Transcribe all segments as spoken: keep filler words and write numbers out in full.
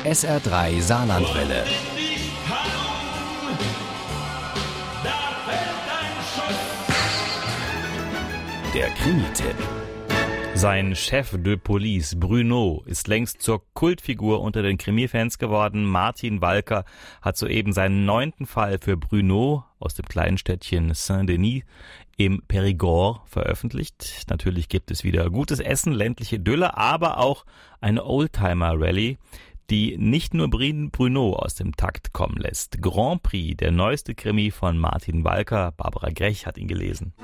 S R drei Saarlandwelle. Der Krimi-Tipp. Sein Chef de Police, Bruno, ist längst zur Kultfigur unter den Krimi-Fans geworden. Martin Walker hat soeben seinen neunten Fall für Bruno aus dem kleinen Städtchen Saint-Denis im Périgord veröffentlicht. Natürlich gibt es wieder gutes Essen, ländliche Idylle, aber auch eine Oldtimer-Rallye, die nicht nur Bruno aus dem Takt kommen lässt. Grand Prix, der neueste Krimi von Martin Walker. Barbara Grech hat ihn gelesen.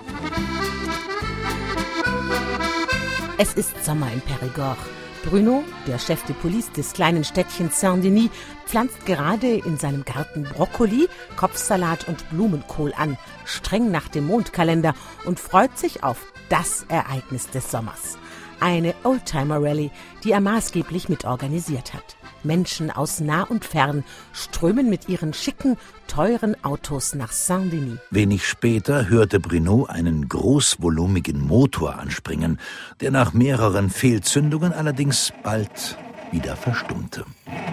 Es ist Sommer im Périgord. Bruno, der Chef de Police des kleinen Städtchens Saint-Denis, pflanzt gerade in seinem Garten Brokkoli, Kopfsalat und Blumenkohl an, streng nach dem Mondkalender, und freut sich auf das Ereignis des Sommers. Eine Oldtimer-Rallye, die er maßgeblich mitorganisiert hat. Menschen aus nah und fern strömen mit ihren schicken, teuren Autos nach Saint-Denis. Wenig später hörte Bruno einen großvolumigen Motor anspringen, der nach mehreren Fehlzündungen allerdings bald wieder verstummte.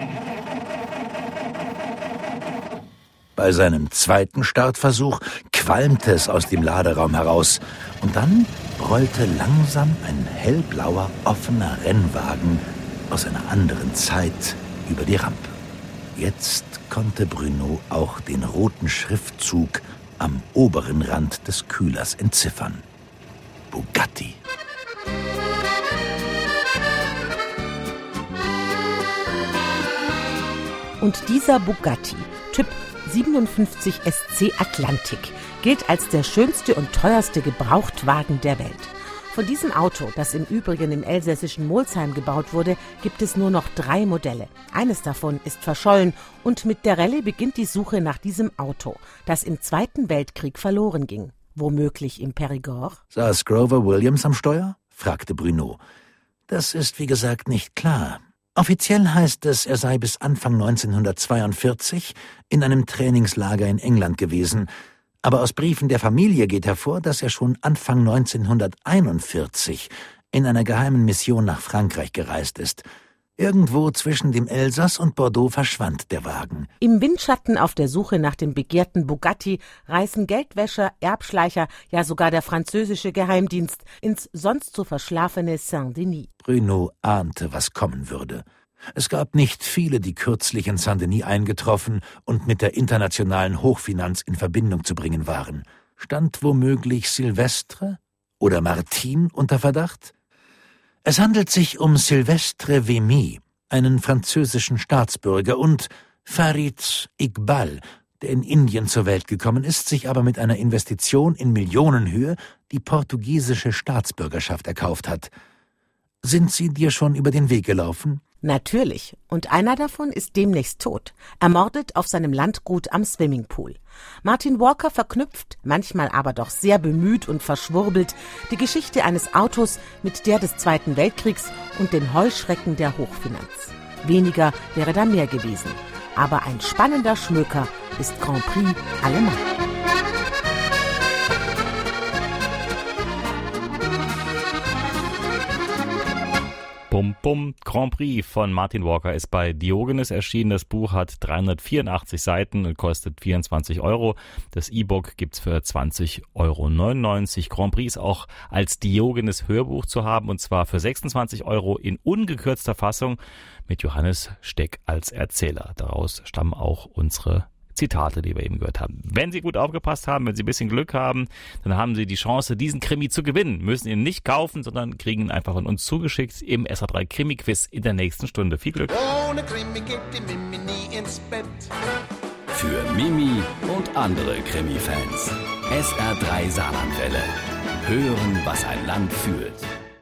Bei seinem zweiten Startversuch qualmte es aus dem Laderaum heraus und dann rollte langsam ein hellblauer, offener Rennwagen aus einer anderen Zeit über die Rampe. Jetzt konnte Bruno auch den roten Schriftzug am oberen Rand des Kühlers entziffern. Bugatti. Und dieser Bugatti, Typ siebenundfünfzig S C Atlantik, gilt als der schönste und teuerste Gebrauchtwagen der Welt. Von diesem Auto, das im Übrigen im elsässischen Molsheim gebaut wurde, gibt es nur noch drei Modelle. Eines davon ist verschollen und mit der Rallye beginnt die Suche nach diesem Auto, das im Zweiten Weltkrieg verloren ging. Womöglich im Périgord? Saß Grover Williams am Steuer? Fragte Bruno. Das ist wie gesagt nicht klar. Offiziell heißt es, er sei bis Anfang neunzehnhundertzweiundvierzig in einem Trainingslager in England gewesen. Aber aus Briefen der Familie geht hervor, dass er schon Anfang neunzehnhunderteinundvierzig in einer geheimen Mission nach Frankreich gereist ist. Irgendwo zwischen dem Elsass und Bordeaux verschwand der Wagen. Im Windschatten auf der Suche nach dem begehrten Bugatti reisen Geldwäscher, Erbschleicher, ja sogar der französische Geheimdienst ins sonst so verschlafene Saint-Denis. Bruno ahnte, was kommen würde. Es gab nicht viele, die kürzlich in Saint-Denis eingetroffen und mit der internationalen Hochfinanz in Verbindung zu bringen waren. Stand womöglich Silvestre oder Martin unter Verdacht? Es handelt sich um Silvestre Vimy, einen französischen Staatsbürger, und Farid Iqbal, der in Indien zur Welt gekommen ist, sich aber mit einer Investition in Millionenhöhe die portugiesische Staatsbürgerschaft erkauft hat. Sind sie dir schon über den Weg gelaufen? Natürlich. Und einer davon ist demnächst tot, ermordet auf seinem Landgut am Swimmingpool. Martin Walker verknüpft, manchmal aber doch sehr bemüht und verschwurbelt, die Geschichte eines Autos mit der des Zweiten Weltkriegs und den Heuschrecken der Hochfinanz. Weniger wäre da mehr gewesen. Aber ein spannender Schmöker ist Grand Prix allemal. Bum Bum, Grand Prix von Martin Walker ist bei Diogenes erschienen. Das Buch hat dreihundertvierundachtzig Seiten und kostet vierundzwanzig Euro. Das E-Book gibt's für zwanzig Euro neunundneunzig. Grand Prix ist auch als Diogenes Hörbuch zu haben, und zwar für sechsundzwanzig Euro in ungekürzter Fassung mit Johannes Steck als Erzähler. Daraus stammen auch unsere Zitate, die wir eben gehört haben. Wenn Sie gut aufgepasst haben, wenn Sie ein bisschen Glück haben, dann haben Sie die Chance, diesen Krimi zu gewinnen. Müssen ihn nicht kaufen, sondern kriegen ihn einfach von uns zugeschickt im S R drei Krimi-Quiz in der nächsten Stunde. Viel Glück! Ohne Krimi geht die Mimi nie ins Bett. Für Mimi und andere Krimi-Fans. S R drei Saarlandwelle. Hören, was ein Land fühlt.